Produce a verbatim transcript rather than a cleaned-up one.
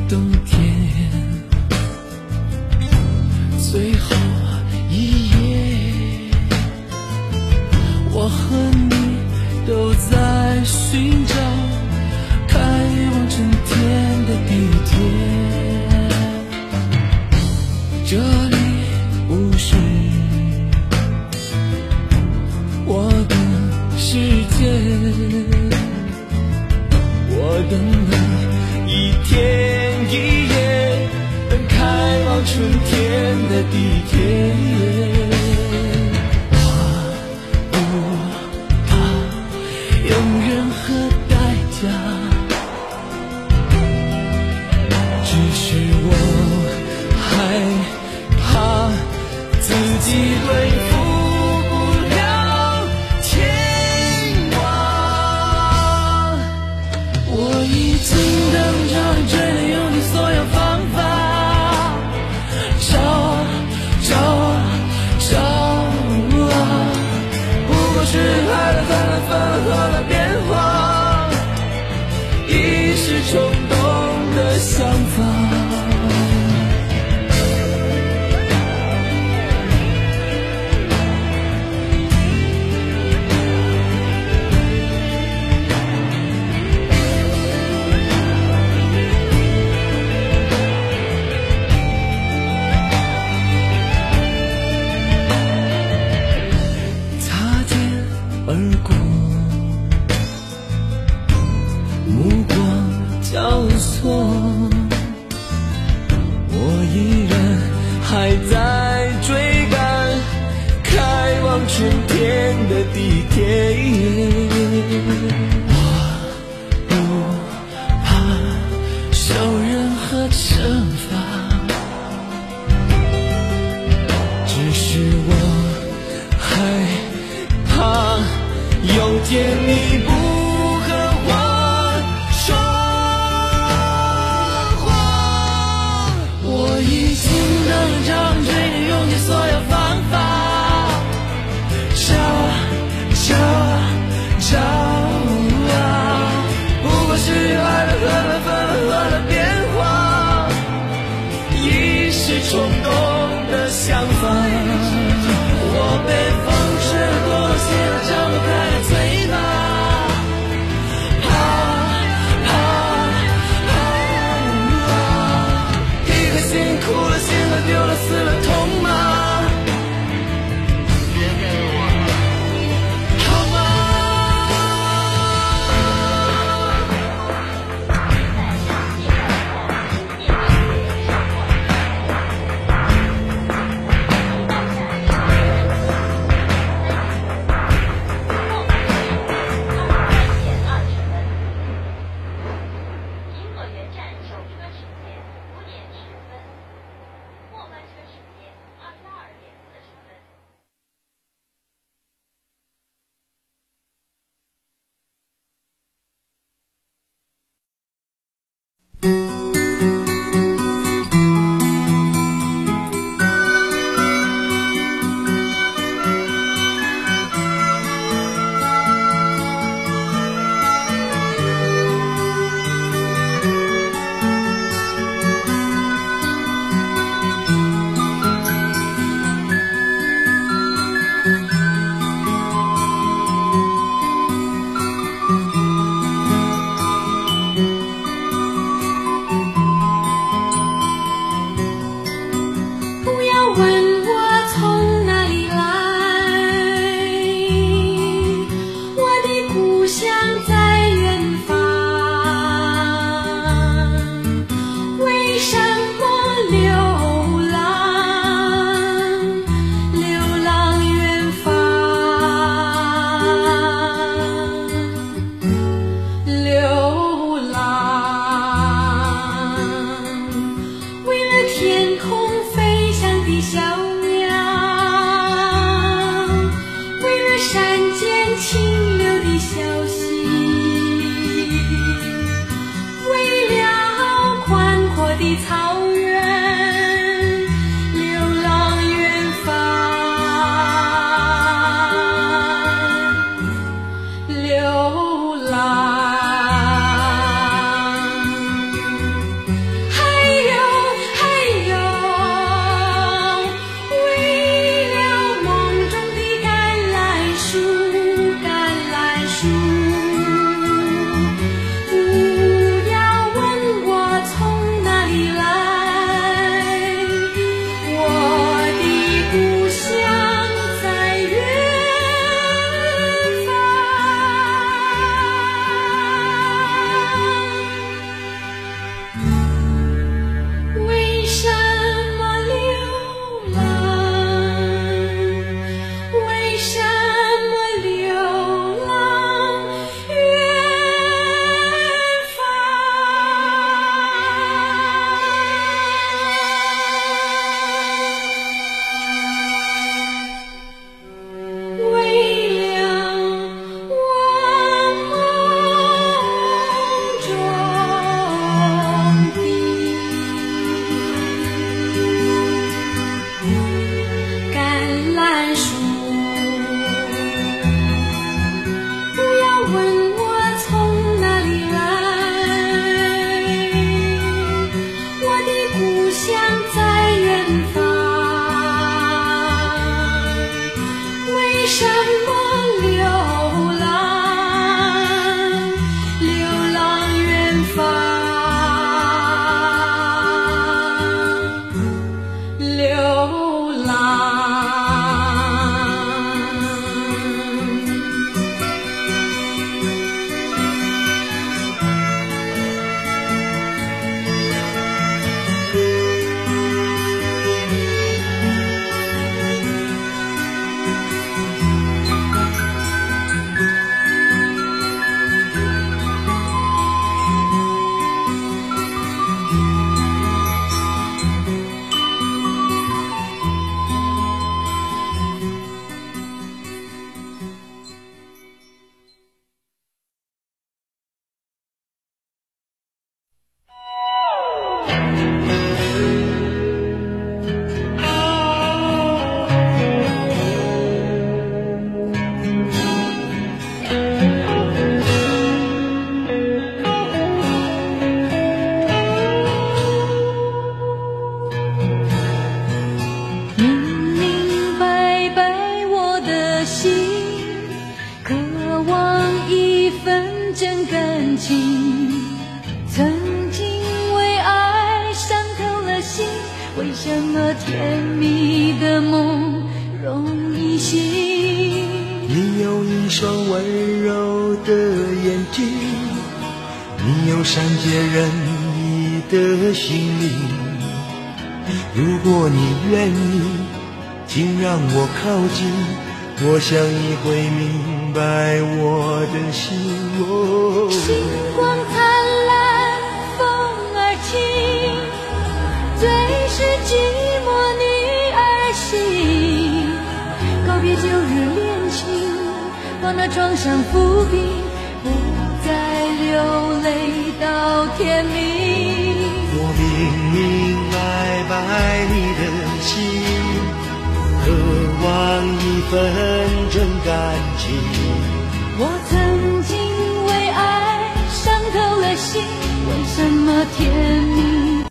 冬天，最后一夜，我和你都在寻找开往春天的地铁，这里不是我的世界，我等了一天一夜，等开往春天的地铁。我不怕用任何代价，只是我害怕自己对付不了牵挂。我已经等着你，追了用尽所有方法，找找找啊，不过是爱了分了分了合了变化，一时冲动的想法。而过，目光交错，我依然还在追赶开往春天的地铁。我不怕受任何惩罚，只是我害怕有天你不和我说谎。我已经等着你，追你用尽所有方法，找找找啊，不过是爱了恨了分了合了变化，一时冲动的想法。我被风吹了多了心了，张不开的嘴巴，怕怕怕，一颗心哭了醒了丢了死了痛吗？别给我好吗？ 流浪。 为什么甜蜜的梦容易醒？ 你有一双温柔的眼睛，你有善解人意的心灵。如果你愿意，请让我靠近，我想你会明白我的心。哦， 星光灿烂，风儿轻，最是寂寞女儿心。告别旧日恋情，往那床上伏笔，不再流泪到天明。 我明明白白你的心，渴望一份真感情。 我曾经为爱伤透了心，为什么天